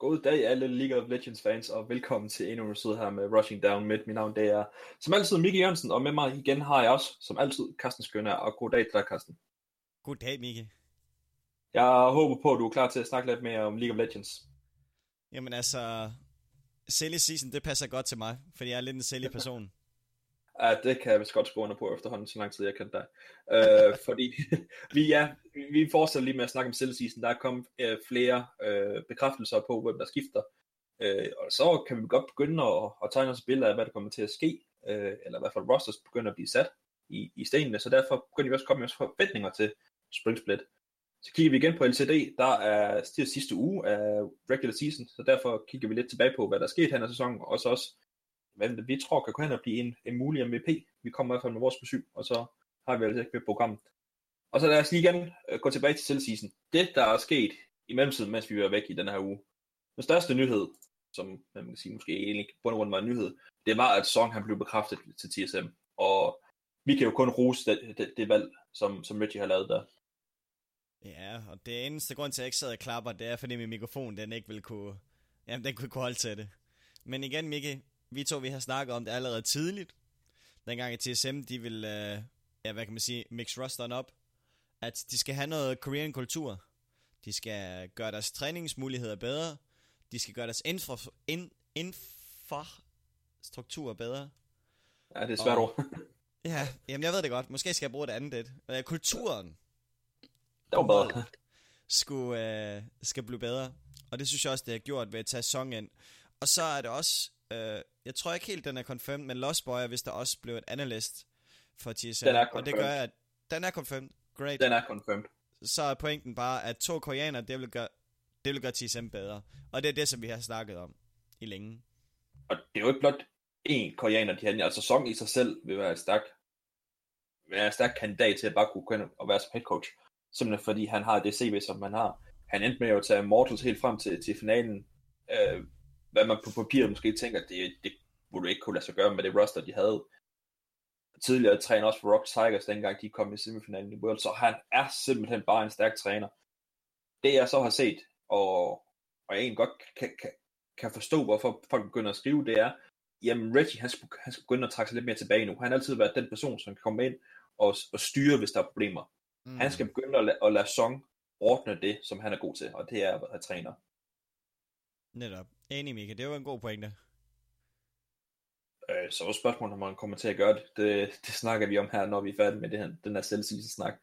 God dag alle League of Legends fans, og velkommen til endnu en episode her med Rushing Down Mid. Mit navn det er som altid Mikkel Jørgensen, og med mig igen har jeg også, som altid, Carsten Skønner, og god dag til dig, Carsten. God dag, Mikkel. Jeg håber på, at du er klar til at snakke lidt mere om League of Legends. Jamen altså, silly season, det passer godt til mig, fordi jeg er lidt en silly person. Ja, det kan jeg vist godt skrive under på efterhånden, så lang tid jeg kendte dig. Fordi vi fortsætter lige med at snakke om silly season. Der er kommet flere bekræftelser på, hvem der skifter. Og så kan vi godt begynde at tegne os billeder af, hvad der kommer til at ske. Eller i hvert fald rosters begynder at blive sat i stenene. Så derfor begynder vi også at komme med forventninger til Spring Split. Så kigger vi igen på LCD. Der er sidste uge af regular season. Så derfor kigger vi lidt tilbage på, hvad der er sket her i sæsonen. Og så også hvem vi tror kan gå hen og blive en mulig MVP. Vi kommer i hvert fald med vores besøg, og så har vi altså ikke med programmet. Og så lad os lige igen gå tilbage til season. Det, der er sket i mellemtiden, mens vi var væk i den her uge. Den største nyhed, som man kan sige måske egentlig på grund var en nyhed, det var, at Song han blev bekræftet til TSM. Og vi kan jo kun rose det valg, som Reggie har lavet der. Ja, og det eneste grund til, at jeg ikke sidder og klapper, det er, fordi min mikrofon, den ikke ville kunne... Jamen, den kunne ikke holde til det. Men igen, Mikkel, vi har snakket om det allerede tidligt. Dengang i TSM, de vil, hvad kan man sige, mix rosteren op. At de skal have noget korean kultur. De skal gøre deres træningsmuligheder bedre. De skal gøre deres infrastruktur bedre. Ja, det er svært ord. Ja, jamen jeg ved det godt. Måske skal jeg bruge det andet lidt. Kulturen. Det var bedre. Skal blive bedre. Og det synes jeg også, det har gjort ved at tage Song ind. Og så er det også... jeg tror ikke helt, den er confirmed, men Lost Boy er vist der også blev et analyst for TSM. Og det gør, at den er confirmed. Great. Den er confirmed. Så er pointen bare, at 2 koreanere, det vil gøre TSM bedre. Og det er det, som vi har snakket om i længe. Og det er jo ikke blot én koreaner, de har. Altså Song i sig selv vil være en stærk kandidat til at bare kunne gå ind og være som head coach. Simpelthen fordi han har det CV, som man har. Han endte med at tage Mortals helt frem til finalen. Hvad man på papiret måske tænker, det burde ikke kunne lade sig gøre med det roster, de havde. Tidligere træner også for Rock Tigers, dengang de kom i semifinalen i World, så han er simpelthen bare en stærk træner. Det jeg så har set, og jeg egentlig godt kan forstå, hvorfor folk begynder at skrive, det er, jamen Reggie, han skal begynde at trække sig lidt mere tilbage nu. Han har altid været den person, som kan komme ind og styre, hvis der er problemer. Han skal begynde at lade Song ordne det, som han er god til, og det er at træner. Netop. Enig, Mika. Det var en god pointe. Så er spørgsmålet, om man kommer til at gøre det. Det snakker vi om her, når vi er færdige med den her selv-season-snak.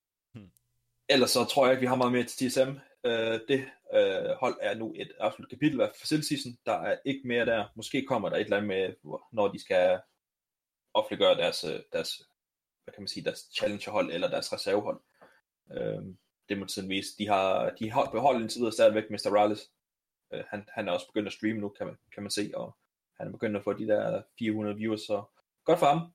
Ellers så tror jeg ikke, vi har meget mere til TSM. Det hold er nu et absolut kapitel af selv-season. Der er ikke mere der. Måske kommer der et eller andet med, når de skal offentliggøre deres hvad kan man sige, deres challenger-hold eller deres reservehold. Det må tiden vise. De har beholdt indtil videre stadigvæk Mr. Rallis. Han er også begyndt at streame nu, kan man se, og han er begyndt at få de der 400 viewers, så godt for ham.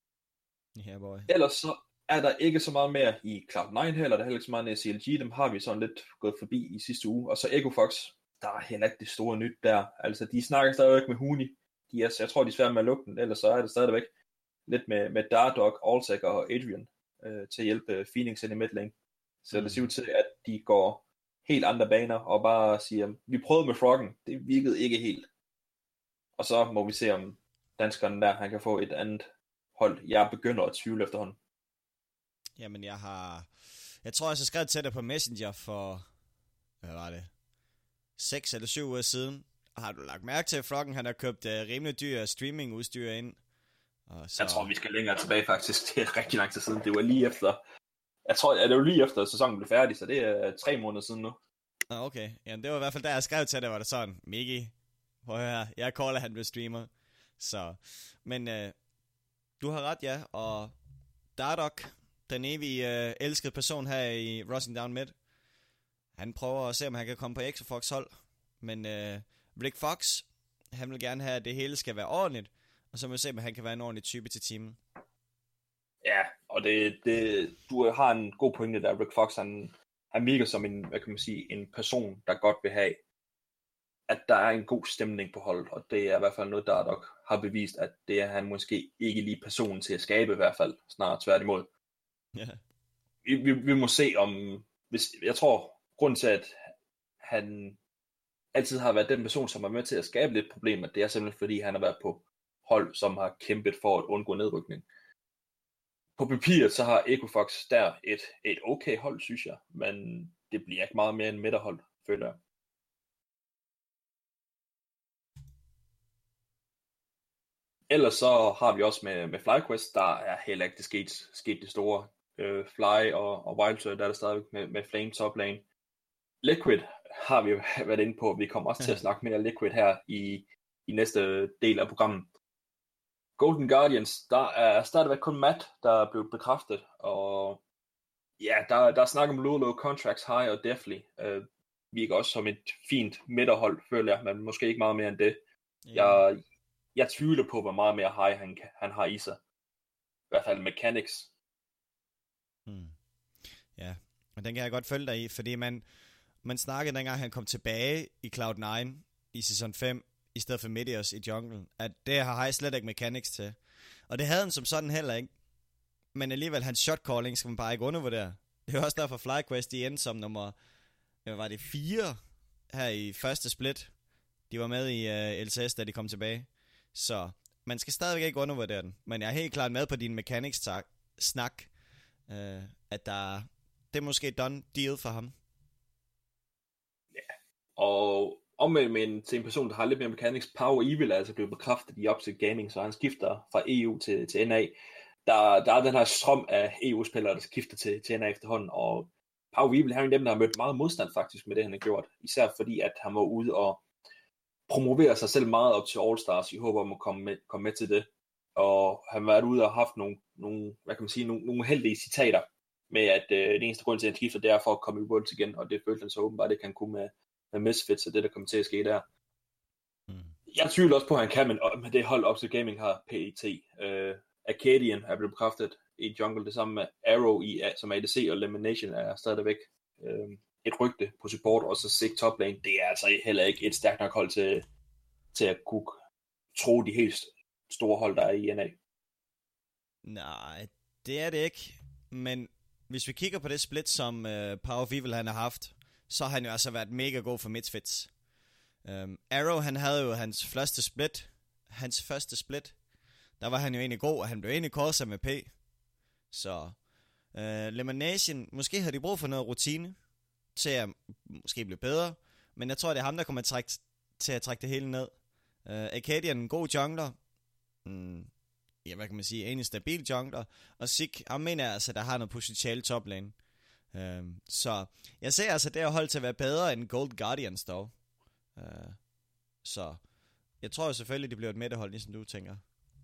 Yeah, boy. Ellers så er der ikke så meget mere i Cloud9 heller, der er heller ikke så meget i CLG, dem har vi sådan lidt gået forbi i sidste uge, og så Echo Fox, der er heller ikke det store nyt der, altså de snakker stadigvæk med Huni, jeg tror de er svært med at lukke den, ellers så er det stadigvæk lidt med Dardog, Alltech og Adrian til at hjælpe Phoenix ind i midlane, så det ser ud til, at de går helt andre baner, og bare siger, vi prøvede med Froggen, det virkede ikke helt. Og så må vi se, om danskeren der, han kan få et andet hold. Jeg begynder at tvivle efterhånden. Jamen, jeg tror, jeg så skrev til dig på Messenger for, hvad var det, 6 eller 7 uger siden. Og har du lagt mærke til, at Froggen, han har købt rimelig dyr streamingudstyr ind? Og så... Jeg tror, vi skal længere tilbage faktisk. Det er rigtig lang tid siden. Det var lige efter, jeg tror, det var lige efter sæsonen blev færdig, så det er 3 måneder siden nu. Okay, jamen det var i hvert fald, da jeg skrev til dig, var det sådan, Miki, prøv her, jeg caller, han blev streamer. Så, men du har ret, ja, og Dardog, den evige elskede person her i Rushing Down Mid, han prøver at se, om han kan komme på Echo Fox hold, men Rick Fox, han vil gerne have, at det hele skal være ordentligt, og så må vi se, om han kan være en ordentlig type til teamen. Ja, og du har en god pointe der. Rick Fox, han virker som en, hvad kan man sige, en person, der godt vil have, at der er en god stemning på holdet, og det er i hvert fald noget, der nok har bevist, at det er han måske ikke lige personen til at skabe i hvert fald, snarere tværtimod. Ja. Vi må se om, jeg tror, grunden til, at han altid har været den person, som er med til at skabe lidt problemer. Det er simpelthen fordi, han har været på hold, som har kæmpet for at undgå nedrykning. På papiret, så har Equifax der et okay hold, synes jeg, men det bliver ikke meget mere end midterhold, føler jeg. Ellers så har vi også med FlyQuest, der er heller ikke det sket det store. Fly og Wildshire, der er der stadigvæk med Flame top lane. Liquid har vi jo været inde på. Vi kommer også til at snakke mere Liquid her i næste del af programmet. Golden Guardians, der er stadigvæk kun Matt, der er blevet bekræftet. Og ja, der er snak om low contracts, high og deathly. Vi er også som et fint midterhold, føler jeg, men måske ikke meget mere end det. Yeah. Jeg tvivler på, hvor meget mere high han har i sig. I hvert fald mechanics. Ja, og den kan jeg godt følge dig i, fordi man snakkede dengang, han kom tilbage i Cloud9 i sæson 5, i stedet for Meteors i jungle, at det har high slet ikke mechanics til. Og det havde han som sådan heller ikke. Men alligevel, hans shot calling skal man bare ikke undervurdere. Det er også derfor FlyQuest, de endte som nummer, var det 4 her i første split. De var med i LCS, da de kom tilbage. Så man skal stadigvæk ikke undervurdere den. Men jeg er helt klart med på din mechanics-snak, at det er måske done deal for ham. Ja, og omvendt til en person, der har lidt mere mechanics, Power Evil er altså blevet bekræftet i Optic Gaming, så han skifter fra EU til NA. Der er den her strøm af EU-spillere, der skifter til NA efterhånden, og Power Evil er en af dem, der har mødt meget modstand faktisk med det, han har gjort. Især fordi, at han var ude og promovere sig selv meget op til All-Stars i håb om at komme med til det. Og han har været ude og haft nogle hvad kan man sige, nogle heldige citater med, at det eneste grund til, at han skifter, det er for at komme i Worlds igen, og det følte han så åbenbart, det kan kunne med Misfits og det, der kommer til at ske der. Jeg tvivler også på, at han kan, men med det hold op til Gaming har PET. Acadian er blevet bekræftet i jungle, det samme med Arrow som ADC, og Elimination er stadigvæk et rygte på support, og så Sig top lane, det er altså heller ikke et stærkt nok hold til at kunne tro de helt store hold, der er i NA. Nej, det er det ikke. Men hvis vi kigger på det split, som Power Evil han har haft, så har han jo altså været mega god for Misfits. Arrow, han havde jo hans første split. Der var han jo egentlig god, og han blev egentlig kåret som P. Så Elimination, måske har de brug for noget rutine til at måske blive bedre, men jeg tror, det er ham, der kommer til at trække det hele ned. Acadian, en god jungler. Ja, hvad kan man sige? En stabil jungler. Og Sig, jeg mener altså, der har noget potentiale top lane. Så jeg ser altså det her hold til at være bedre end Gold Guardians dog. Så jeg tror jo selvfølgelig, det bliver et midterhold, ligesom du tænker.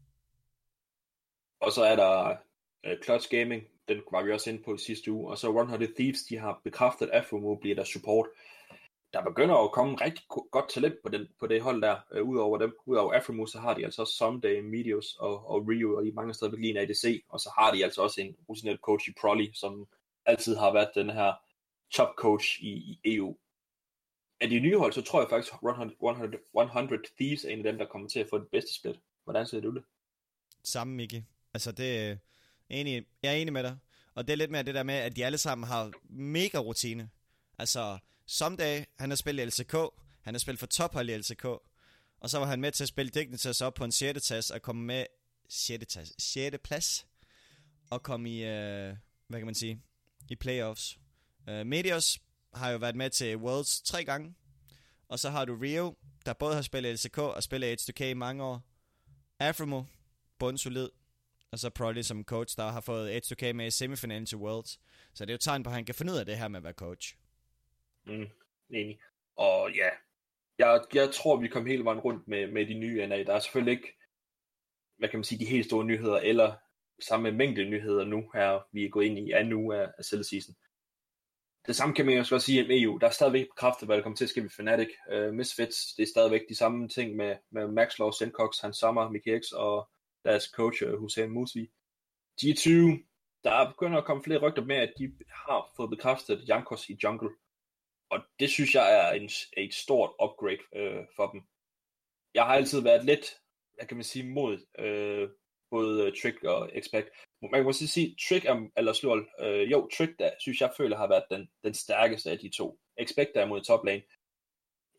Og så er der Clutch Gaming, den var vi også inde på i sidste uge, og så 100 Thieves, de har bekræftet, at Afromo bliver der support. Der begynder at komme rigtig godt talent på det hold der, udover Afromo, så har de altså også Someday, Meteos og Rio, og de mange steder lige en ADC, og så har de altså også en rutineret coach i Prolly, som altid har været den her top coach i EU. Af de nye hold, så tror jeg faktisk, 100 Thieves er en af dem, der kommer til at få det bedste split. Hvordan ser du det? Samme, Miki. Altså, jeg er enig med dig. Og det er lidt mere det der med, at de alle sammen har mega rutine. Altså, Someday, han har spillet i LCK, han har spillet for tophold i LCK, og så var han med til at spille Dignitas op på en 6. plads, og komme med 6. plads, og komme i, hvad kan man sige, i playoffs. Meteos har jo været med til Worlds 3 gange, og så har du Rio, der både har spillet LCK og spillet H2K i mange år. Afromo, bundsolid, og så Prolly som coach, der har fået H2K med i semifinalen til Worlds. Så det er jo tegn på, at han kan finde ud af det her med at være coach. Enig. Og ja, jeg tror, vi kom hele vejen rundt med de nye NA. Der er selvfølgelig ikke, hvad kan man sige, de helt store nyheder, eller samme mængde nyheder nu her, vi er gået ind i anden uge af Silly Season. Det samme kan man jo også sige om EU. Der er stadigvæk bekræftet, hvad der kommer til at ske med Fnatic. Misfits, det er stadigvæk de samme ting med Maxlaw, Sencox, Hans Sommer, Mickey X og deres coach Hussein Musi. G20, der begynder at komme flere rygter med, at de har fået bekræftet Jankos i jungle. Og det synes jeg er et stort upgrade for dem. Jeg har altid været lidt, hvad kan man sige, mod både Trick og Expect. Man kan måske sige, Trick eller Slurl, Trick, der synes jeg føler har været den stærkeste af de to. Expect er mod top lane.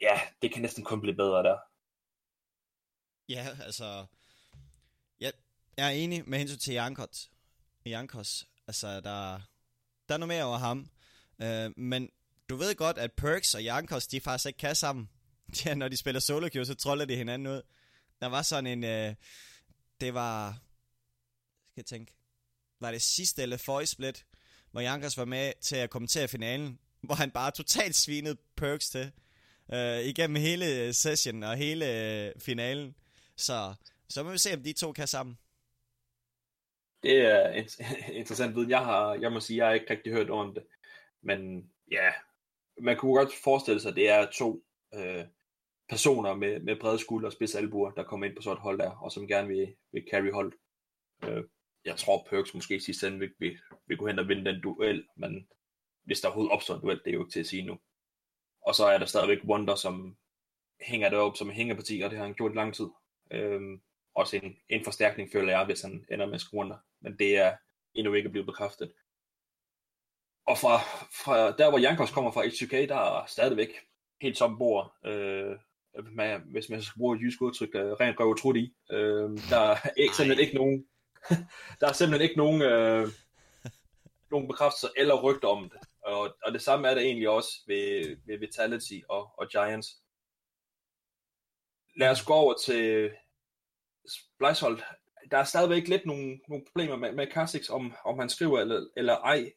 ja, det kan næsten kun blive bedre der. Ja, altså... Jeg er enig med hensyn til Jankos. Altså, der er noget mere over ham. Men du ved godt, at Perks og Jankos, de faktisk ikke kan sammen. Ja, når de spiller solo queue, så troller de hinanden ud. Der var sådan en... det var... Skal jeg tænke... Var det sidste eller forrige split, hvor Jankos var med til at kommentere finalen, hvor han bare totalt svinede Perks til. Igennem hele session og hele finalen. Så må vi se, om de to kan sammen. Det er interessant viden. Jeg må sige, jeg har ikke rigtig hørt om det. Men ja, man kunne godt forestille sig, at det er to personer med brede skuldre og spids albuer, der kommer ind på sådan et hold der, og som gerne vil carry hold. Jeg tror, Perks måske sidst ende vil gå hen og vinde den duel, men hvis der overhovedet opstår en duel, det er jo ikke til at sige nu. Og så er der stadigvæk Wonder, som hænger deroppe som en hængeparti, og det har han gjort i lang tid. Også en forstærkning, føler jeg, hvis han ender med at Wonder. Men det er endnu ikke blevet bekræftet. Og fra der, hvor Jankos kommer fra HUK, der er stadigvæk helt som bord, hvis man skal bruge et jysk udtryk, rent røv trudt i. Der er simpelthen ikke nogen der er simpelthen ikke nogen bekræftelser eller rygter om det. Og det samme er det egentlig også ved Vitality og Giants. Lad os gå over til Splicehold. Der er stadigvæk lidt nogle problemer med Kha'Zix, om han skriver eller ej.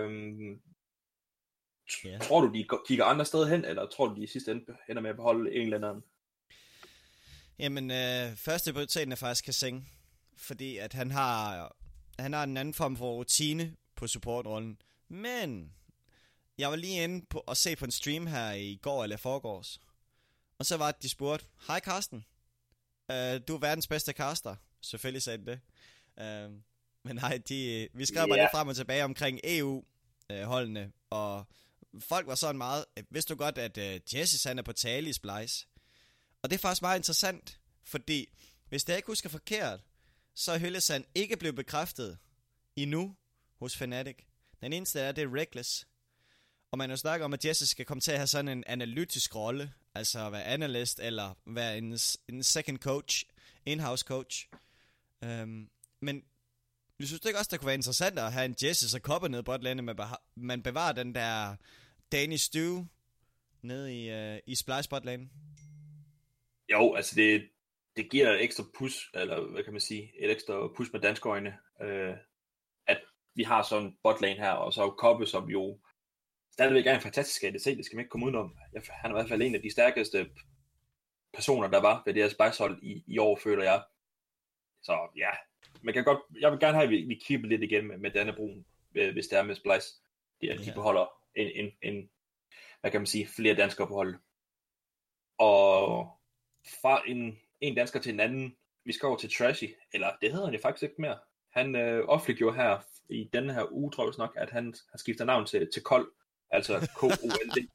Tror du, de kigger andre steder hen, eller tror du, de i sidste ende ender med at beholde en eller anden? Jamen, første prioriteten er faktisk Kassing, fordi at han har en anden form for rutine på supportrollen. Men jeg var lige inde på at se på en stream her i går eller forgårs, og så var det, de spurgte, hej Karsten, du er verdens bedste caster. Selvfølgelig sagde de det. Men nej, vi skrev bare lidt frem og tilbage omkring EU-holdene, og folk var sådan meget, vidste du godt, at Jesse han er på tale i Splice? Og det er faktisk meget interessant, fordi hvis jeg ikke husker forkert, så er Hyllesand ikke blevet bekræftet endnu hos Fnatic. Den eneste er, det er Reckless. Og man har jo snakket om, at Jesse skal komme til at have sådan en analytisk rolle, altså være analyst eller være en second coach, in-house coach. Men vi synes ikke også, der kunne være interessant at have en Jesse så kopper ned botlane, men man bevarer den der Danish Stew nede i Splice botlane. Jo, altså det giver et ekstra push, eller hvad kan man sige, et ekstra push med danske øjne, at vi har sådan en botlane her, og så Koppe, som jo stadigvæk er en fantastisk ADC, det skal man ikke komme udenom. Han er i hvert fald en af de stærkeste personer, der var ved det her Spice-hold i år, føler jeg. Så ja, jeg vil gerne have, at vi kigger lidt igen med Dannebroen, hvis det er med Splice. De beholder en hvad kan man sige, flere danskere på holdet. Og fra en dansker til en anden, vi skal over til Trashy, eller det hedder han jo faktisk ikke mere. Han offentliggjorde her i denne her uge, tror jeg nok, at han har skiftet navn til Kold, altså K-O-L-D.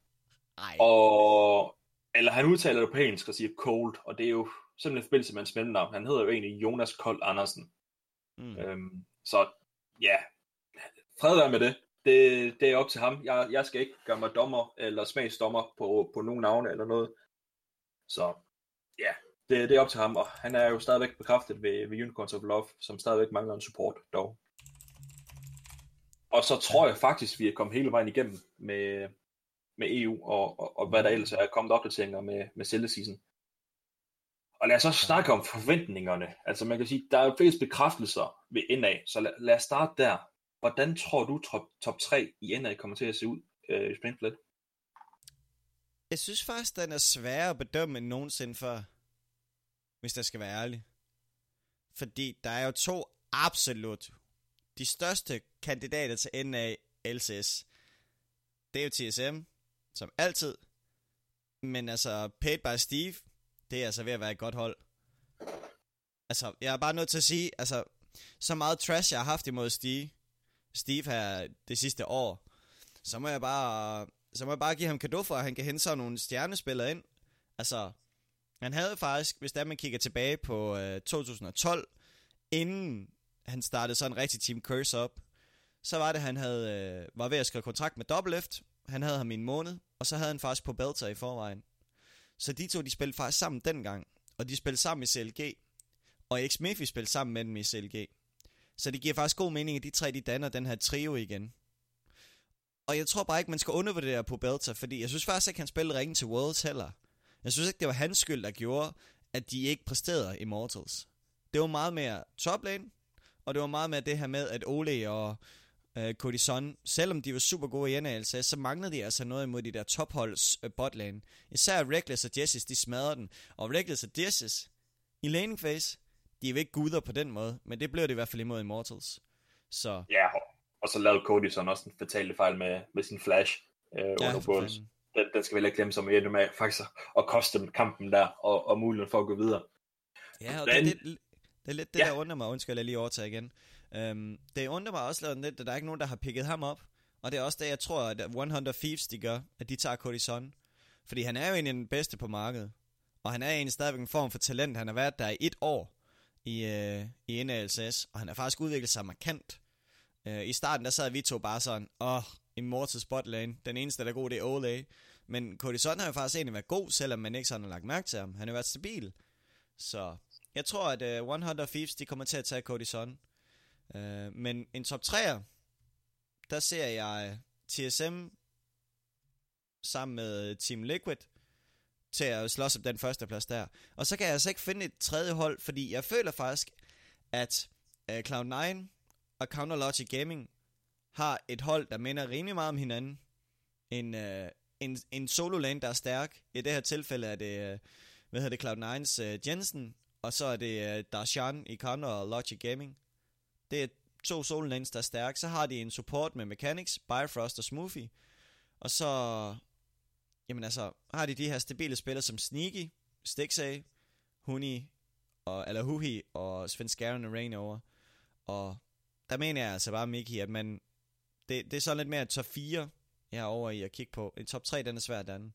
Eller han udtaler det på engelsk og siger Cold, og det er jo simpelthen en forbindelse med hans mellemnavn. Han hedder jo egentlig Jonas Kold Andersen. Så ja, fred være med det. Det er op til ham. Jeg skal ikke gøre mig dommer eller smagsdommer på nogen navne eller noget. Så ja, det er op til ham, og han er jo stadigvæk bekræftet ved Unicorns of Love, som stadigvæk mangler en support dog. Og så tror jeg faktisk, vi er kommet hele vejen igennem med EU, og hvad der ellers er kommet opdateringer med Zelda Season. Og lad os så snakke om forventningerne. Altså man kan sige, der er jo flest bekræftelser ved NA, så lad os starte der. Hvordan tror du top 3 i NA kommer til at se ud i Springflet? Jeg synes faktisk, den er sværere at bedømme end nogensinde før, hvis jeg skal være ærlig. Fordi der er jo to absolut de største kandidater til NA LCS. Det er jo TSM, som altid. Men altså, Paid by Steve, det er altså ved at være et godt hold. Altså, jeg er bare nødt til at sige, altså, så meget trash, jeg har haft imod Steve her det sidste år, så må jeg bare give ham cadeau for, at han kan hente sådan nogle stjernespillere ind. Altså, han havde faktisk, hvis man kigger tilbage på 2012, inden han startede sådan en rigtig Team Curse op, så var det, han var ved at skrive kontrakt med Doublelift. Han havde ham i en måned, og så havde han faktisk på Belter i forvejen. Så de to, de spillede faktisk sammen dengang. Og de spillede sammen i CLG. Og X-Mephi spillede sammen med dem i CLG. Så det giver faktisk god mening, at de tre, de danner den her trio igen. Og jeg tror bare ikke, man skal undervurdere på Belter, fordi jeg synes faktisk ikke, han spillede ringen til Worlds heller. Jeg synes ikke, det var hans skyld, der gjorde, at de ikke præsterede Immortals. Det var meget mere toplane, og det var meget mere det her med, at Ole og Cody Sun, selvom de var super gode i NALCS, så manglede de altså noget imod de der topholds botlane. Især Reckless og Jessis, de smadrede den. Og Reckless og Jessis i laning phase, de er jo ikke guder på den måde, men det blev det i hvert fald imod Immortals. Så ja, og så lavede Cody Sun også en fatale fejl med sin flash under Worlds. Den skal vi ikke glemme, som er med faktisk at koste dem kampen der, og muligheden for at gå videre. Ja, og det er lidt det, der undrer mig. Undskyld, jeg lige overtager igen. Det undrer mig også lidt, at der er ikke nogen, der har picket ham op. Og det er også det, jeg tror, at 100 Thieves, de gør, at de tager Cody Sun. Fordi han er jo egentlig den bedste på markedet. Og han er egentlig stadigvæk en form for talent. Han har været der i 1 år i NALCS, og han har faktisk udviklet sig markant. I starten, der sad vi to bare sådan, Immortals botlane. Den eneste, der er god, det er Ole. Men Cody Sun har jo faktisk egentlig været god, selvom man ikke sådan har lagt mærke til ham. Han har været stabil. Så jeg tror, at 100 Thieves, de kommer til at tage Cody Sun. Men en top 3'er, der ser jeg TSM sammen med Team Liquid til at slås om den første plads der. Og så kan jeg altså ikke finde et tredje hold, fordi jeg føler faktisk, at Cloud9 og Counter Logic Gaming har et hold, der minder rimelig meget om hinanden. En solo lane, der er stærk. I det her tilfælde er det, Cloud9's Jensen, og så er det Darshan i Counter og Logic Gaming. Det er 2 solo lanes, der er stærke. Så har de en support med Mechanics, Bifrost og Smoothie. Og så har de her stabile spillere som Sneaky, Stixay, Huhi og Svenskaren og Rain over. Og der mener jeg altså bare, Miki, at det er sådan lidt mere top 4 herovre i at kigge på. En top 3, den er svær at danne.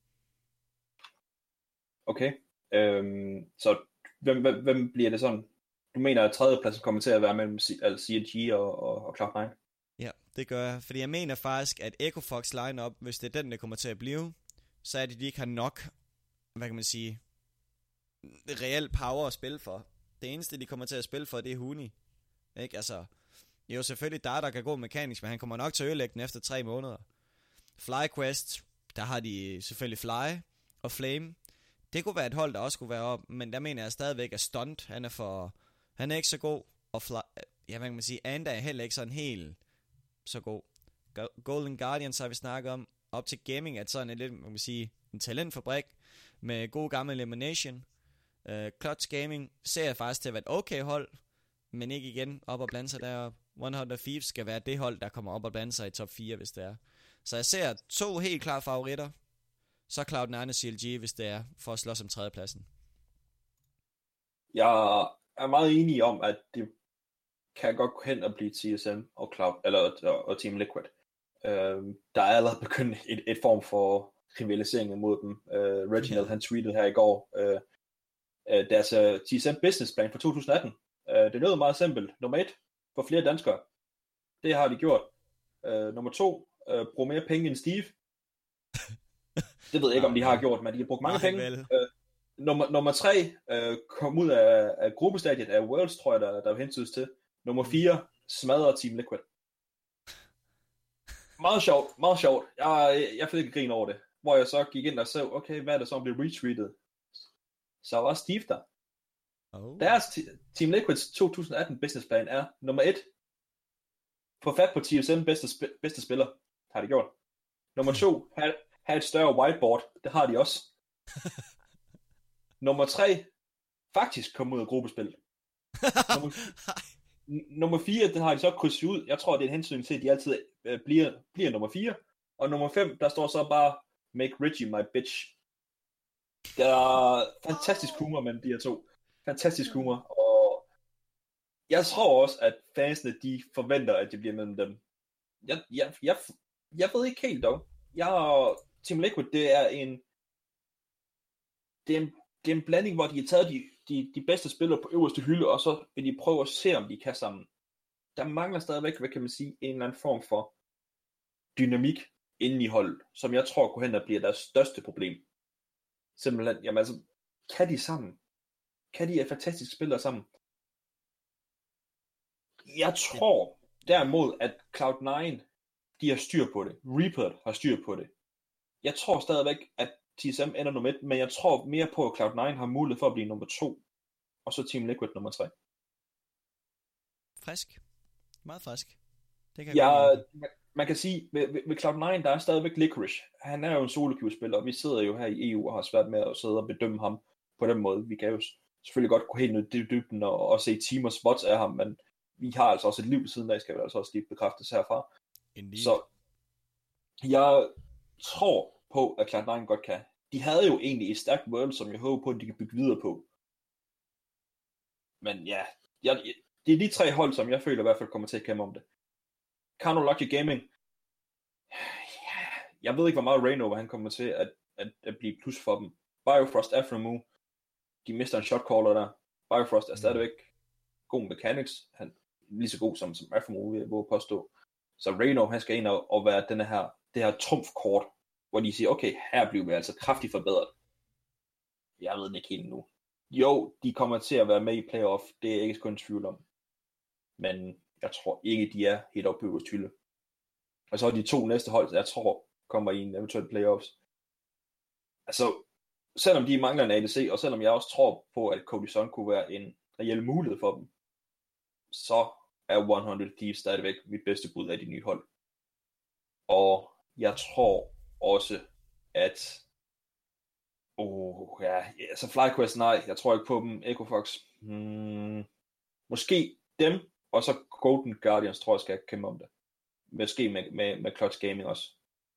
Okay. Så hvem bliver det sådan? Du mener, at tredjepladsen kommer til at være mellem CNG og Cloud9? Ja, det gør jeg. Fordi jeg mener faktisk, at Echo Fox line-up, hvis det er den, der kommer til at blive, så er det, de ikke har nok, hvad kan man sige, reel power at spille for. Det eneste, de kommer til at spille for, det er Huni. Ikke? Altså, jo selvfølgelig der kan gå mekanisk, men han kommer nok til at ødelægge den efter 3 måneder. FlyQuest, der har de selvfølgelig Fly og Flame. Det kunne være et hold, der også kunne være op, men der mener jeg stadigvæk, at Stunt, han er ikke så god, og hvad kan man sige, Anda er heller ikke sådan helt så god. Golden Guardians har vi snakket om, op til gaming, at sådan lidt, man kan sige, en talentfabrik, med god gammel elimination. Clutch Gaming ser jeg faktisk til at være et okay hold, men ikke igen op og blande sig deroppe. 100 Thieves skal være det hold, der kommer op og blande sig i top 4, hvis det er. Så jeg ser 2 helt klare favoritter, så Cloud9 og CLG, hvis det er, for at slås om tredjepladsen. Jeg er meget enig om, at det kan godt gå hen og blive TSM og og Team Liquid. Der er allerede begyndt et form for rivalisering mod dem. Reginald, han tweetede her i går, deres TSM business plan for 2018. Det lød meget simpelt. Nummer 1, for flere danskere. Det har de gjort. Nummer 2, brug mere penge end Steve. Det ved jeg ikke, om de har gjort, men de har brugt mange penge. Nummer 3, kom ud af gruppestadiet af Worlds, tror jeg, der er hensydes til. Nummer 4, smadrer Team Liquid. Meget sjovt. Jeg fik ikke grin over det. Hvor jeg så gik ind og så, okay, hvad er det så, om det retweetet? Så var Steve der. Deres Team Liquids 2018 businessplan er, nummer 1, få fat på TSM bedste spiller. Har de gjort. Nummer 2, have et større whiteboard. Det har de også. Nummer 3, faktisk komme ud af gruppespil. Nummer 4, den har de så krydset ud. Jeg tror, det er en hensyn til, at de altid bliver nummer 4. Og nummer 5, der står så bare, make Richie my bitch. Der er fantastisk humor mellem de her to. Fantastisk humor. Og jeg tror også, at fansene, de forventer, at det bliver mellem dem. Jeg ved ikke helt dog. Team Liquid, det er en blanding, hvor de har taget de bedste spillere på øverste hylde, og så vil de prøve at se, om de kan sammen. Der mangler stadigvæk, hvad kan man sige, en eller anden form for dynamik inden i holdet, som jeg tror kunne hen at blive deres største problem. Simpelthen, jamen altså, kan de sammen? Kan de fantastisk spillere sammen? Jeg tror derimod, at Cloud9, de har styr på det. Reaper har styr på det. Jeg tror stadigvæk, at TSM ender nummer 1, men jeg tror mere på, at Cloud9 har mulighed for at blive nummer 2, og så Team Liquid nummer 3. Frisk. Meget frisk. Det kan jeg man kan sige, ved Cloud9, der er stadigvæk Licorice. Han er jo en solo-queue-spiller, og vi sidder jo her i EU og har svært med at sidde og bedømme ham på den måde. Vi kan jo selvfølgelig godt gå helt ned i dybden og se team og spots af ham, men vi har altså også et liv ved siden af, skal vi altså også lige bekræftes herfra. Indeed. Så jeg tror på, at Cloud9 godt kan. De havde jo egentlig et stærkt world, som jeg håber på, at de kan bygge videre på. Men ja, det er de 3 hold, som jeg føler i hvert fald kommer til at kæmpe om det. Carno Logic Gaming. Jeg ved ikke, hvor meget Reignover han kommer til at blive plus for dem. Biofrost Afromu. De mister en shotcaller der. Biofrost er stadigvæk god mechanics. Han er lige så god som Afromu, vil jeg påstå. Så Reignover, han skal ind og være det her trumfkort, hvor de siger, okay, her bliver vi altså kraftigt forbedret. Jeg ved det ikke helt nu. Jo, de kommer til at være med i playoff. Det er jeg ikke kun tvivl om. Men jeg tror ikke, de er helt oppe på øverst hylde. Og så er de 2 næste hold, jeg tror, kommer i en eventuel playoffs. Altså, selvom de mangler en ADC, og selvom jeg også tror på, at Cody Sun kunne være en reel mulighed for dem, så er 100 Thieves stadigvæk mit bedste bud af de nye hold. Og jeg tror også, at altså FlyQuest, nej, jeg tror ikke på dem. Ecofox, måske dem, og så Golden Guardians tror jeg skal kæmpe om det. Måske med Clutch Gaming også.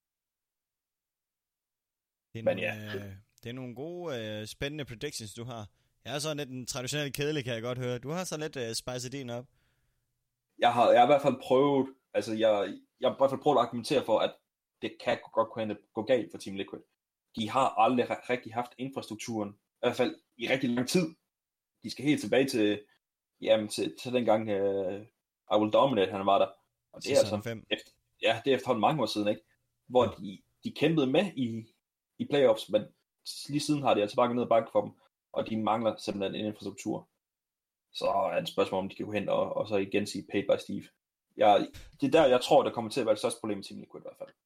Det er nogle gode, spændende predictions, du har. Jeg er sådan lidt en traditionel kedelig, kan jeg godt høre. Du har så lidt spiced din op. Jeg har i hvert fald prøvet, altså jeg har i hvert fald prøvet at argumentere for, at det kan godt gå galt for Team Liquid. De har aldrig rigtig haft infrastrukturen, i hvert fald i rigtig lang tid. De skal helt tilbage til dengang I Will Dominate, han var der. Og det er altså det er efterhånden mange år siden, ikke? Hvor de kæmpede med i playoffs, men lige siden har de altså bare ned og bakke for dem, og de mangler simpelthen en infrastruktur. Så er det et spørgsmål, om de kan gå hen og så igen sige paid by Steve. Det er der, jeg tror, der kommer til at være det største problem i Team Liquid i hvert fald.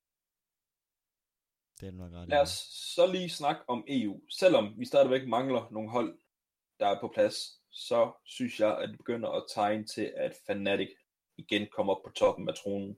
Det er nok ret. Lad os så lige snakke om EU. Selvom vi stadigvæk mangler nogle hold, der er på plads, så synes jeg, at det begynder at tegne til, at Fnatic igen kommer op på toppen af tronen.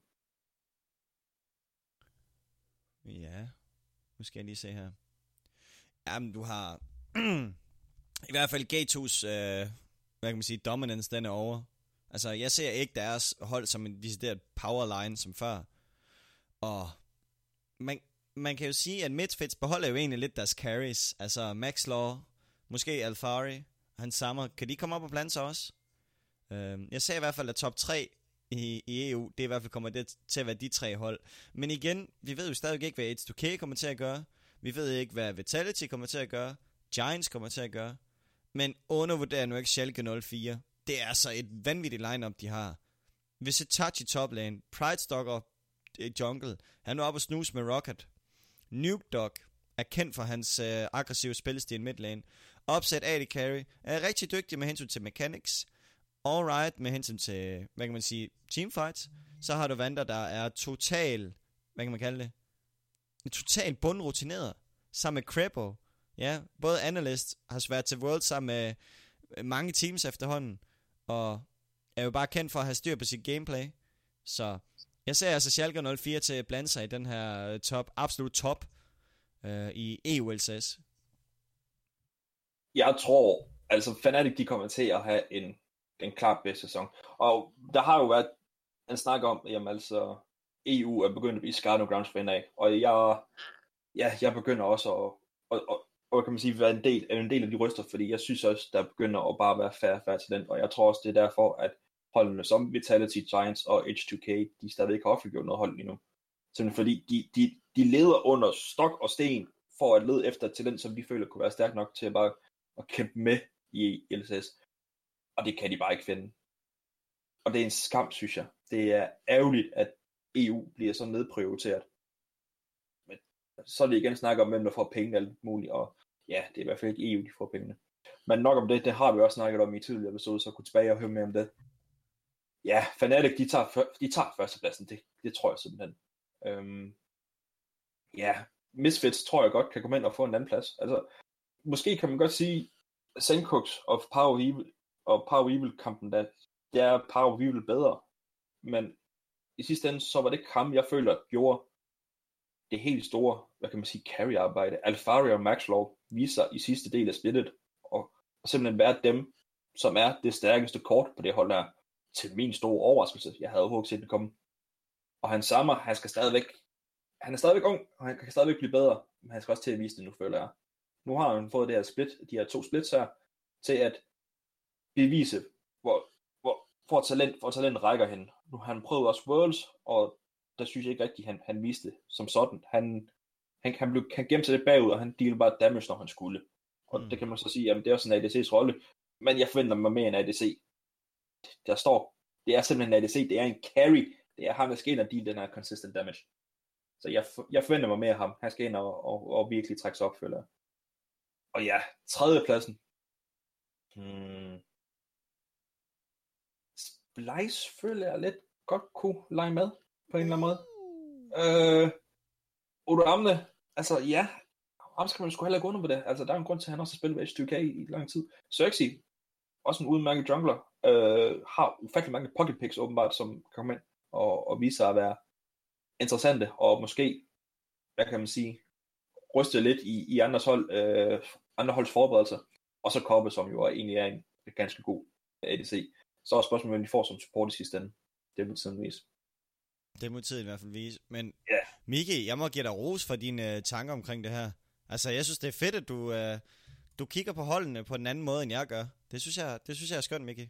Ja, nu skal jeg lige se her. Jamen, du har i hvert fald G2's, hvad kan man sige, dominance, den er over. Altså, jeg ser ikke deres hold som en decideret powerline som før. Og man kan jo sige, at Misfits beholder jo egentlig lidt deres carries. Altså, Maxlaw, måske Alfari, hans Sammer, kan de komme op og blande sig også? Jeg ser i hvert fald, at top 3 i EU, det i hvert fald kommer det til at være de 3 hold. Men igen, vi ved jo stadig ikke, hvad H2K kommer til at gøre. Vi ved ikke, hvad Vitality kommer til at gøre. Giants kommer til at gøre. Men undervurderer nu ikke Schalke 04. Det er så et vanvittigt lineup de har. Hvis Itachi top lane, Pride Stalker jungle, han er oppe og snuse med Rocket. Nuke Dog er kendt for hans aggressive spilstil mid lane. Upset AD Carry er rigtig dygtig med hensyn til mechanics. Alright med hensyn til, hvad kan man sige, teamfights. Så har du Vander, der er total, hvad kan man kalde det? Total bundrutineret. Sammen med Crepo. Ja, både Analyst har været til World sammen med mange teams efterhånden. Og er jo bare kendt for at have styr på sit gameplay. Så jeg ser altså Schalke 04 til at blande sig i den her absolut top i EULCS. Jeg tror, altså Fnatic, de kommer til at have en klart bedste sæson. Og der har jo været en snak om, jamen altså, EU er begyndt at blive Skarno Grounds for NA. Og jeg begynder også at kan man sige, være en del af de ryster, fordi jeg synes også, der begynder at bare være færre til den. Og jeg tror også, det er derfor, at holdene som Vitality, Giants og H2K, de stadig ikke har offentliggjort noget hold endnu. Simpelthen fordi de leder under stok og sten for at lede efter talent, som de føler kunne være stærk nok til at bare at kæmpe med i LCS. Og det kan de bare ikke finde. Og det er en skam, synes jeg. Det er ærgerligt, at EU bliver så nedprioriteret. Men så er det igen snakker om, hvem der får penge og alt muligt, og ja, det er i hvert fald ikke EU, de får pengene. Men nok om det har vi også snakket om i tidligere episode, så kunne tilbage og høre mere om det. Ja, Fnatic, de tager førstepladsen, det tror jeg simpelthen. Ja, Misfits tror jeg godt kan komme ind og få en anden plads. Altså, måske kan man godt sige, Sencooks og Power Evil kampen, der er Power Evil bedre, men i sidste ende, så var det ikke ham, jeg føler, gjorde det helt store, hvad kan man sige, carry-arbejde. Alfaria og Maxlaw viser i sidste del af splittet, og simpelthen være dem, som er det stærkeste kort på det hold der, til min store overraskelse. Jeg havde overhovedet set det komme. Og han Sammer, han er stadigvæk ung, og han kan stadigvæk blive bedre, men han skal også til at vise det nu, føler jeg. Nu har han fået det her split, de her 2 splits her, til at bevise, hvor talent rækker hen. Nu har han prøvet også Worlds, og der synes jeg ikke rigtigt, han viste det som sådan. Han gemte sig lidt bagud, og han dealede bare damage, når han skulle. Og det kan man så sige, jamen det er også en ADC's rolle, men jeg forventer mig mere end ADC. Der står, det er simpelthen en ADC, det er en carry, det er ham, der skal ind og deal den her consistent damage. Så jeg forventer mig mere af ham. Han skal ind og virkelig trække sig op, føler jeg. Og ja, 3. pladsen. Splice føler jeg lidt godt kunne lege med, på en eller anden måde. Odo Amne, altså ja, ham skal man sgu heller ikke under på det. Altså der er en grund til, at han også har spillet ved H2K i lang tid. Xerxes, også en udmærket jungler, har ufattelig mange pocket picks åbenbart, som kan komme ind og vise sig at være interessante, og måske, hvad kan man sige, ryste lidt i andre holds forberedelser. Og så Koppe, som jo egentlig er en ganske god ADC. Så er spørgsmålet, hvem de får som support i sidste ende. Det må tiden vise. Det må tiden i hvert fald vise. Men yeah. Miki, jeg må give dig ros for dine tanker omkring det her. Altså, jeg synes, det er fedt, at du kigger på holdene på en anden måde, end jeg gør. Det synes jeg er skønt, Miki.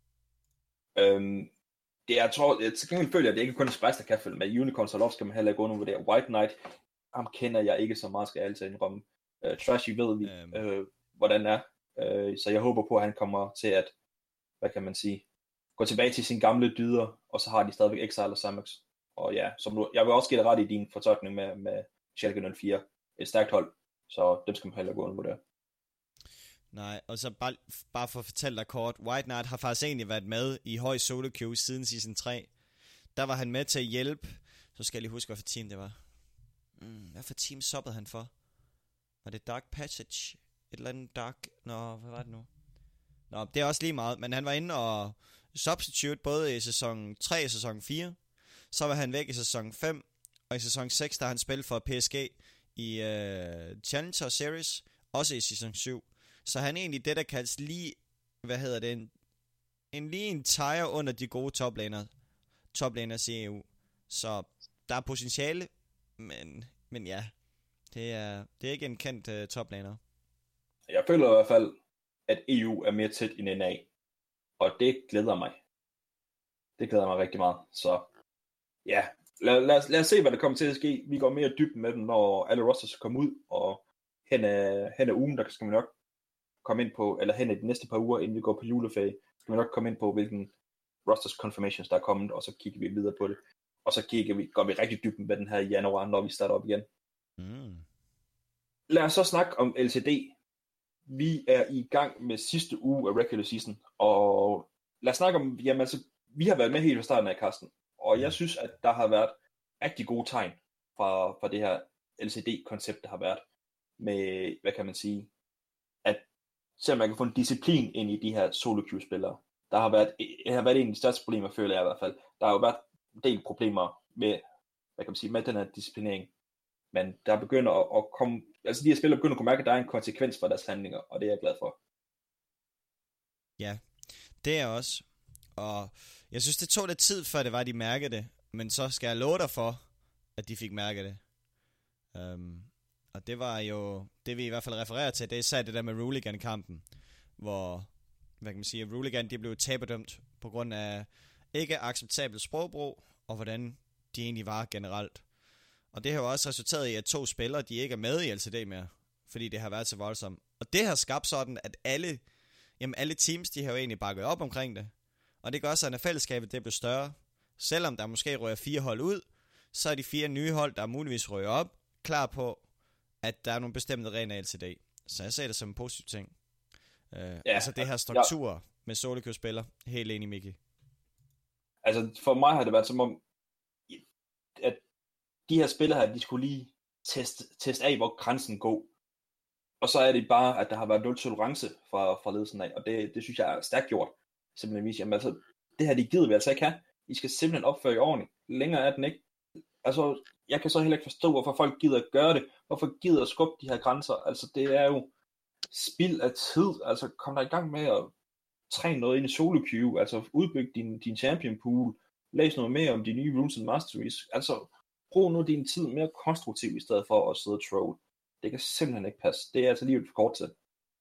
Jeg til gengæld føler jeg, at det ikke kun er Spice, der kan følge med. Unicorns og Love skal man heller ikke undervurdere. White Knight, ham kender jeg ikke så meget, skal jeg altid indrømme. Trashy ved vi, hvordan er. Så jeg håber på, at han kommer til at, hvad kan man sige, gå tilbage til sine gamle dyder, og så har de stadigvæk Exile og Samex. Og ja, jeg vil også give dig ret i din fortolkning med Schalke 04. Et stærkt hold, så dem skal man heller gå undervurdere. Nej, og så bare for at fortælle dig kort, White Knight har faktisk egentlig været med i høj solo queue siden season 3. Der var han med til at hjælpe, så skal jeg lige huske, hvad for team det var. Hvad for team soppede han for? Var det Dark Passage? Et eller andet Dark... Nå, hvad var det nu? Nå, det er også lige meget, men han var inde og substitute både i sæson 3 og sæson 4. Så var han væk i sæson 5, og i sæson 6, der han spillet for PSG i Challenger Series, også i sæson 7. Så han er egentlig det, der kaldes lige, en tire under de gode toplaners i EU. Så der er potentiale, men ja, det er ikke en kendt toplaner. Jeg føler i hvert fald, at EU er mere tæt end NA, og det glæder mig. Det glæder mig rigtig meget, så ja, lad os se, hvad der kommer til at ske. Vi går mere dybden med dem, når alle rosters kommer ud, og hen ad ugen, der skal vi nok komme ind på, eller hen i de næste par uger, inden vi går på juleferie, skal vi nok komme ind på, hvilken rosters confirmations, der er kommet, og så kigger vi videre på det. Og så går vi rigtig dybden med den her i januar, når vi starter op igen. Lad os så snakke om LCD. Vi er i gang med sidste uge af regular season, og lad os snakke om, jamen altså, vi har været med helt fra starten af, Carsten, og jeg synes, at der har været rigtig gode tegn fra det her LCD-koncept, der har været med, hvad kan man sige, at selvom man kan få en disciplin ind i de her solo-queue-spillere. Det har været en af de største problemer, føler jeg i hvert fald. Der har jo været en del problemer med, hvad kan man sige, med den her disciplinering. Men der begynder at komme, altså de her spillere begynder at kunne mærke, at der er en konsekvens for deres handlinger, og det er jeg glad for. Ja, det er også. Og jeg synes, det tog lidt tid, før det var, de mærkede det. Men så skal jeg love dig for, at de fik mærket det. Og det var jo, det vi i hvert fald refererer til, det er især det der med Rooligan-kampen, hvor, hvad kan man sige, Rooligan, de blev taberdømt på grund af ikke acceptabel sprogbrug, og hvordan de egentlig var generelt. Og det har jo også resulteret i, at 2 spillere, de ikke er med i LCD mere, fordi det har været så voldsomt. Og det har skabt sådan, at alle teams, de har jo egentlig bakket op omkring det. Og det gør så, at fællesskabet det bliver større. Selvom der måske rører 4 hold ud, så er de 4 nye hold, der muligvis rører op, klar på, at der er nogle bestemte regler i LCD. Så jeg ser det som en positiv ting. Altså det her struktur med solokø-spiller. Helt enig, Miki. Altså for mig har det været som om, at de her spillere her, de skulle lige teste af, hvor grænsen går. Og så er det bare, at der har været nul tolerance fra ledelsen af, og det synes jeg er stærkt gjort. Simpelthen viser, jamen altså, det her de gider vi altså ikke have. I skal simpelthen opføre jer ordentligt. Længere er den ikke. Altså, jeg kan så heller ikke forstå, hvorfor folk gider at gøre det. Hvorfor gider at skubbe de her grænser. Altså, det er jo spild af tid. Altså, kom der i gang med at træne noget ind i solo queue. Altså, udbyg din champion pool. Læs noget mere om de nye rules and masteries. Altså, brug nu din tid mere konstruktivt, i stedet for at sidde og troll. Det kan simpelthen ikke passe. Det er altså lige for kort til.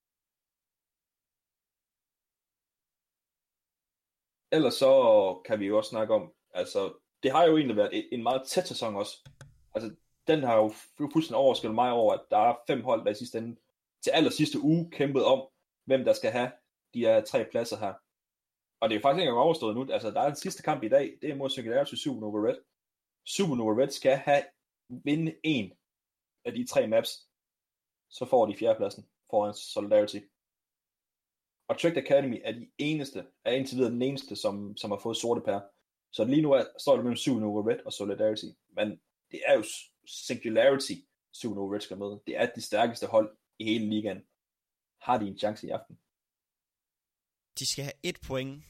Ellers så kan vi jo også snakke om, altså, det har jo egentlig været en meget tæt sæson også. Altså, den har jo fuldstændig overskyldt mig over, at der er 5 hold, der i sidste ende, til aller sidste uge, kæmpet om, hvem der skal have de her 3 pladser her. Og det er jo faktisk ikke engang overstået nu. Altså, der er den sidste kamp i dag, det er mod Singularity Supernova Red. Supernova Red skal vinde en af de 3 maps, så får de 4. pladsen foran Solidarity. Og Tricked Academy er indtil videre den eneste, som har fået sorte pær. Så lige nu står det mellem Supernova Red og Solidarity. Men det er jo Singularity, Supernova Red skal med. Det er det stærkeste hold i hele ligaen. Har de en chance i aften? De skal have 1 point.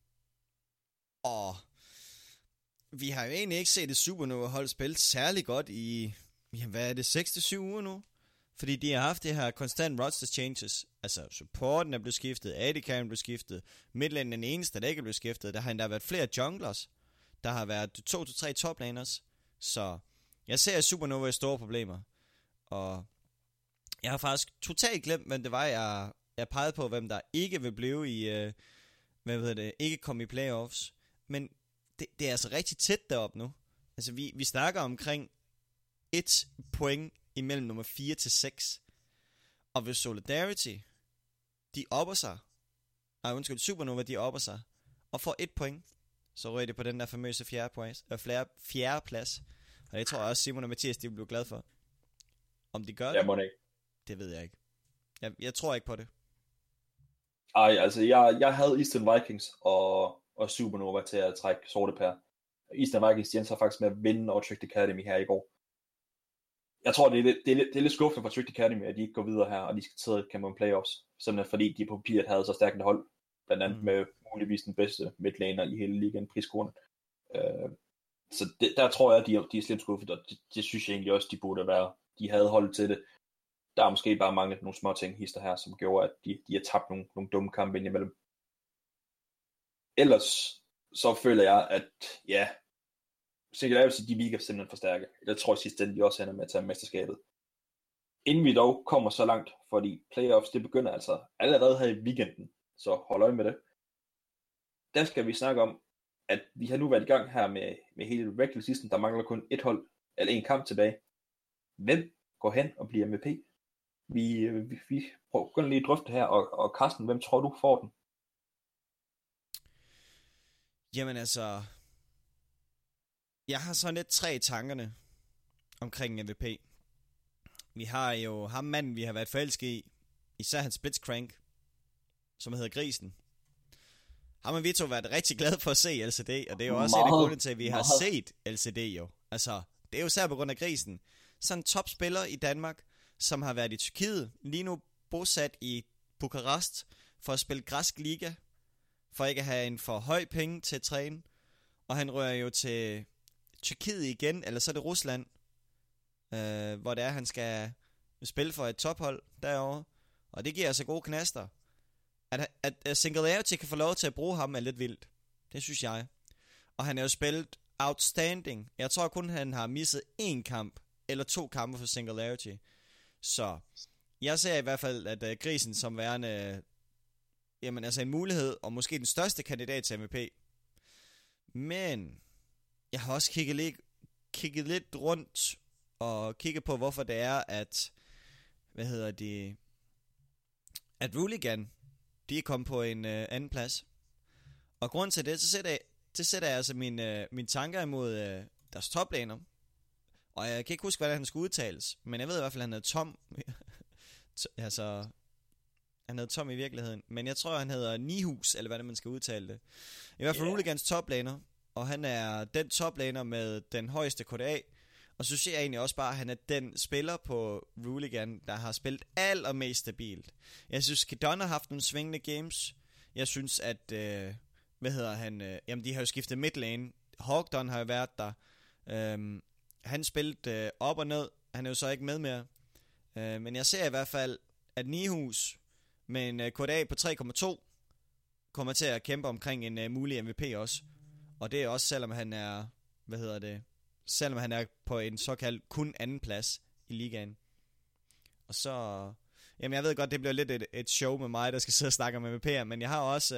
Og vi har jo egentlig ikke set et Supernova-hold spille særlig godt i, hvad er det, 6-7 uger nu? Fordi de har haft det her constant roster changes. Altså, supporten er blevet skiftet, AD Carry er blevet skiftet, midlanen er den eneste, der ikke er blevet skiftet. Der har endda været flere junglers. Der har været 2-3 toplaners. Så jeg ser Supernova i store problemer. Og jeg har faktisk totalt glemt, hvem det var, jeg pegede på, hvem der ikke vil blive i, ikke komme i playoffs. Men det er altså rigtig tæt deroppe nu. Altså, vi snakker omkring 1 point imellem nummer 4 til 6. Og hvis Solidarity, de opper sig, Supernova, de opper sig, og får 1 point, så rører de på den der famøse 4. plads. Og det tror jeg også, Simon og Mathias, de vil blive glade for. Om de gør det? Jeg må ikke. Det ved jeg ikke. Jeg tror ikke på det. Ej, altså, jeg havde Eastern Vikings og Supernova til at trække sorte pær. Eastern Vikings, de endte så faktisk med at vinde over Tricked Academy her i går. Jeg tror, det er lidt skuffende for Tricked Academy, at de ikke går videre her, og de skal sidde og kæmpe om playoffs. Simpelthen fordi de på papiret havde så stærkt et hold. Blandt andet med muligvis den bedste midlaner i hele ligaen, priskoren. Så der tror jeg, at de er slemt skuffet, og det synes jeg egentlig også, de burde være. De havde holdet til det. Der er måske bare manglet nogle små ting hister her, som gjorde, at de har tabt nogle dumme kampe ind imellem. Ellers så føler jeg, at ja, Singularity, de virker simpelthen for stærke. Jeg tror sidst de også ender med at tage mesterskabet. Inden vi dog kommer så langt, fordi playoffs, det begynder altså allerede her i weekenden, så hold øje med det. Der skal vi snakke om, at vi har nu været i gang her med hele regular season. Der mangler kun 1 hold, eller 1 kamp tilbage. Hvem går hen og bliver MVP? Vi prøver lige at drøfte her, og Carsten, hvem tror du får den? Jamen altså, jeg har sådan lidt 3 tankerne omkring MVP. Vi har jo ham manden, vi har været forelsket i, især hans blitzcrank, som hedder Grisen. Ham har vi to været rigtig glade for at se LCD, og det er jo også en af grundene til, at vi har set LCD jo. Altså, det er jo især på grund af Grisen. Sådan en topspiller i Danmark, som har været i Tyrkiet, lige nu bosat i Bukarest, for at spille græsk liga, for ikke at have en for høj penge til at træne. Og han rører jo til Tyrkiet igen, eller så er det Rusland, hvor det er, han skal spille for et tophold derovre. Og det giver altså gode knaster. At Singularity kan få lov til at bruge ham er lidt vildt. Det synes jeg. Og han er jo spillet outstanding. Jeg tror kun, han har misset 1 kamp, eller 2 kampe for Singularity. Så jeg ser i hvert fald, at Grisen som værende jamen altså en mulighed, og måske den største kandidat til MVP. Men jeg har også kigget lidt rundt, og kigget på, hvorfor det er, at at Ruligan, de er kommet på en anden plads. Og grund til det, så sætter jeg altså mine tanker imod deres toplaner. Og jeg kan ikke huske, hvordan han skulle udtales, men jeg ved i hvert fald, at han hedder Tom. Altså, han hedder Tom i virkeligheden, men jeg tror, han hedder Nihus, eller hvad det man skal udtale det. I hvert fald Rooligans toplaner, og han er den toplaner med den højeste KDA. Og så synes jeg egentlig også bare, at han er den spiller på Rooligan, der har spillet allermest stabilt. Jeg synes, Kedon har haft nogle svingende games. Jeg synes, at, jamen de har jo skiftet midlane. Hawkdon har jo været der. Han spillede op og ned. Han er jo så ikke med mere. Men jeg ser i hvert fald, at Nihus med en KDA på 3,2 kommer til at kæmpe omkring en mulig MVP også. Og det er også, selvom han er, selvom han er på en såkaldt kun anden plads i ligaen. Og så, jamen jeg ved godt, det bliver lidt et show med mig, der skal sidde og snakke om MVP'er, men jeg har også,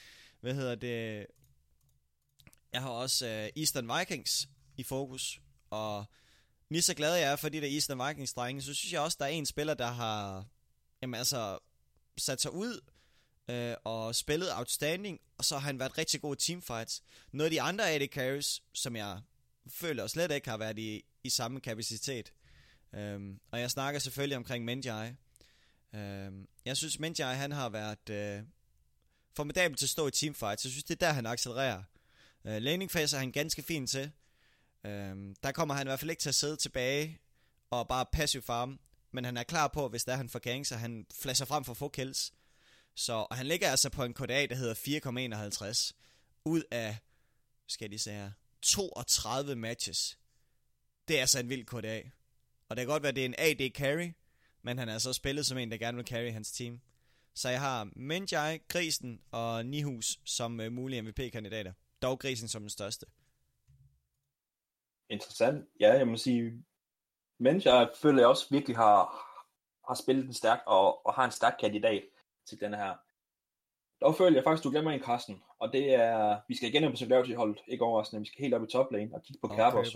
jeg har også Eastern Vikings i fokus, og lige så glad jeg er for de der Eastern Vikings-drenge, så synes jeg også, der er en spiller, der har, jamen altså, sat sig ud, og spillet outstanding, og så har han været rigtig god i teamfights. Noget af de andre AD carries, som jeg føler slet ikke har været i samme kapacitet. Og jeg snakker selvfølgelig omkring Menjai. Jeg synes Menjai, han har været formidabel til at stå i teamfights. Jeg synes det er der han accelererer. Laning phase er han ganske fint til. Der kommer han i hvert fald ikke til at sidde tilbage og bare passive farm, men han er klar på, hvis der han får gangs, så han flasher frem for at få kills. Så han ligger altså på en KDA, der hedder 4,51 ud af, skal de sige her, 32 matches. Det er altså en vild KDA. Og det kan godt være, at det er en AD carry, men han er så spillet som en, der gerne vil carry hans team. Så jeg har Menjai, Grisen og Nihus som mulige MVP-kandidater. Dog Grisen som den største. Interessant. Ja, jeg må sige, Menjai føler jeg også virkelig har spillet den stærkt og har en stærk kandidat til den her. Dog føler jeg faktisk, du glemmer en, Carsten, og det er, vi skal igen op på Singularity-holdet, ikke overraskende, vi skal helt op i toplane og kigge på Kerberos.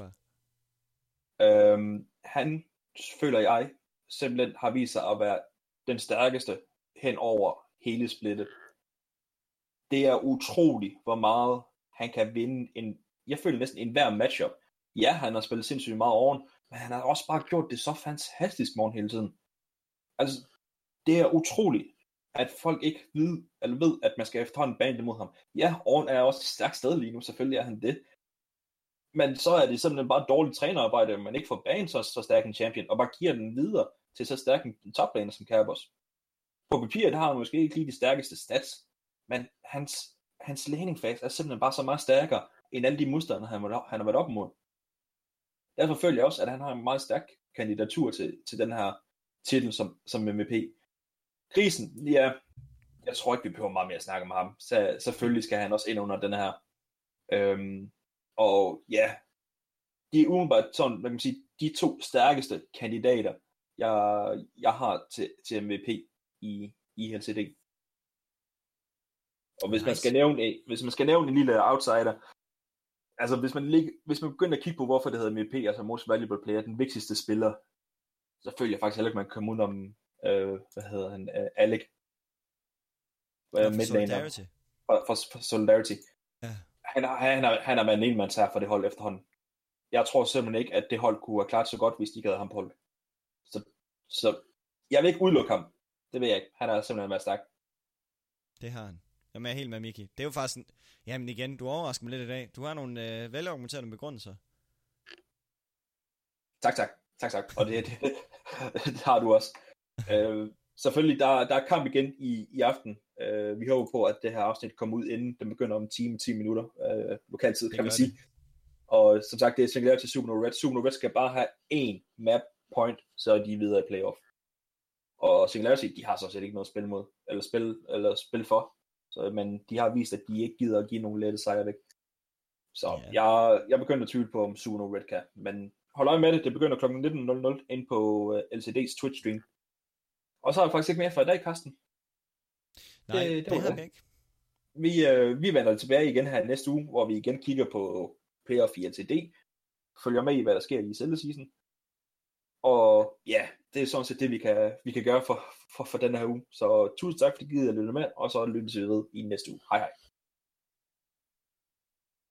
Han, føler jeg, simpelthen har vist sig at være den stærkeste hen over hele splittet. Det er utroligt, hvor meget han kan vinde jeg føler næsten enhver matchup. Ja, han har spillet sindssygt meget oven, men han har også bare gjort det så fantastisk morgen hele tiden. Altså, det er utroligt, at folk ikke ved, at man skal efterhånden bane det mod ham. Ja, Orn er også et stærkt sted lige nu, selvfølgelig er han det. Men så er det simpelthen bare dårligt trænerarbejde, at man ikke får banen så stærk en champion, og bare giver den videre til så stærk en toplaner som Kerberos. På papiret har han måske ikke lige de stærkeste stats, men hans laning phase er simpelthen bare så meget stærkere, end alle de modstandere, han har været op mod. Derfor føler jeg også, at han har en meget stærk kandidatur til den her titel som MVP. Grisen, ja, jeg tror ikke, vi behøver meget mere at snakke om ham. Så selvfølgelig skal han også ind under den her. Og ja, de er umiddelbart sådan, man kan sige, de to stærkeste kandidater, jeg har til MVP i LCD. Og hvis man skal nævne en lille outsider, altså hvis man begynder at kigge på, hvorfor det hedder MVP, altså Most Valuable Player, den vigtigste spiller, så føler jeg faktisk heller ikke, man kan komme ud om, Alec. Solidarity. For Solidarity. Ja. Han har været en enmands her for det hold efterhånden. Jeg tror simpelthen ikke, at det hold kunne have klaret så godt, hvis de ikke havde ham på hold. Så jeg vil ikke udelukke ham. Det ved jeg ikke. Han har simpelthen været stærk. Det har han. Jeg er helt med, Miki. Det er jo faktisk jamen igen, du overrasker mig lidt i dag. Du har nogle velargumenterede begrundelser. Tak. Og det har du også. Selvfølgelig, der er kamp igen i aften. Vi håber på, at det her afsnit kommer ud, inden den begynder om en time, 10 minutter. Lokaltid, kan man sige. Det. Og som sagt, det er Singularity til Super Nova Red. Super Nova Red skal bare have én map point, så er de videre i playoff. Og Singularity, de har så set ikke noget at spille mod, eller spil for. Men de har vist, at de ikke gider at give nogle lette sejre væk. Så jeg begynder at tvivle på, om Super Nova Red kan. Men hold øje med det, det begynder kl. 19.00 ind på LCD's Twitch stream. Og så er der faktisk ikke mere for i dag, Carsten. Nej, det havde jeg ikke. Vi vender tilbage igen her næste uge, hvor vi igen kigger på playoff i LCD. Følger med i, hvad der sker i selve season. Og ja, det er sådan set det, vi kan gøre for den her uge. Så tusind tak, fordi I gider at lytte med, og så lyttes vi ved i næste uge. Hej hej.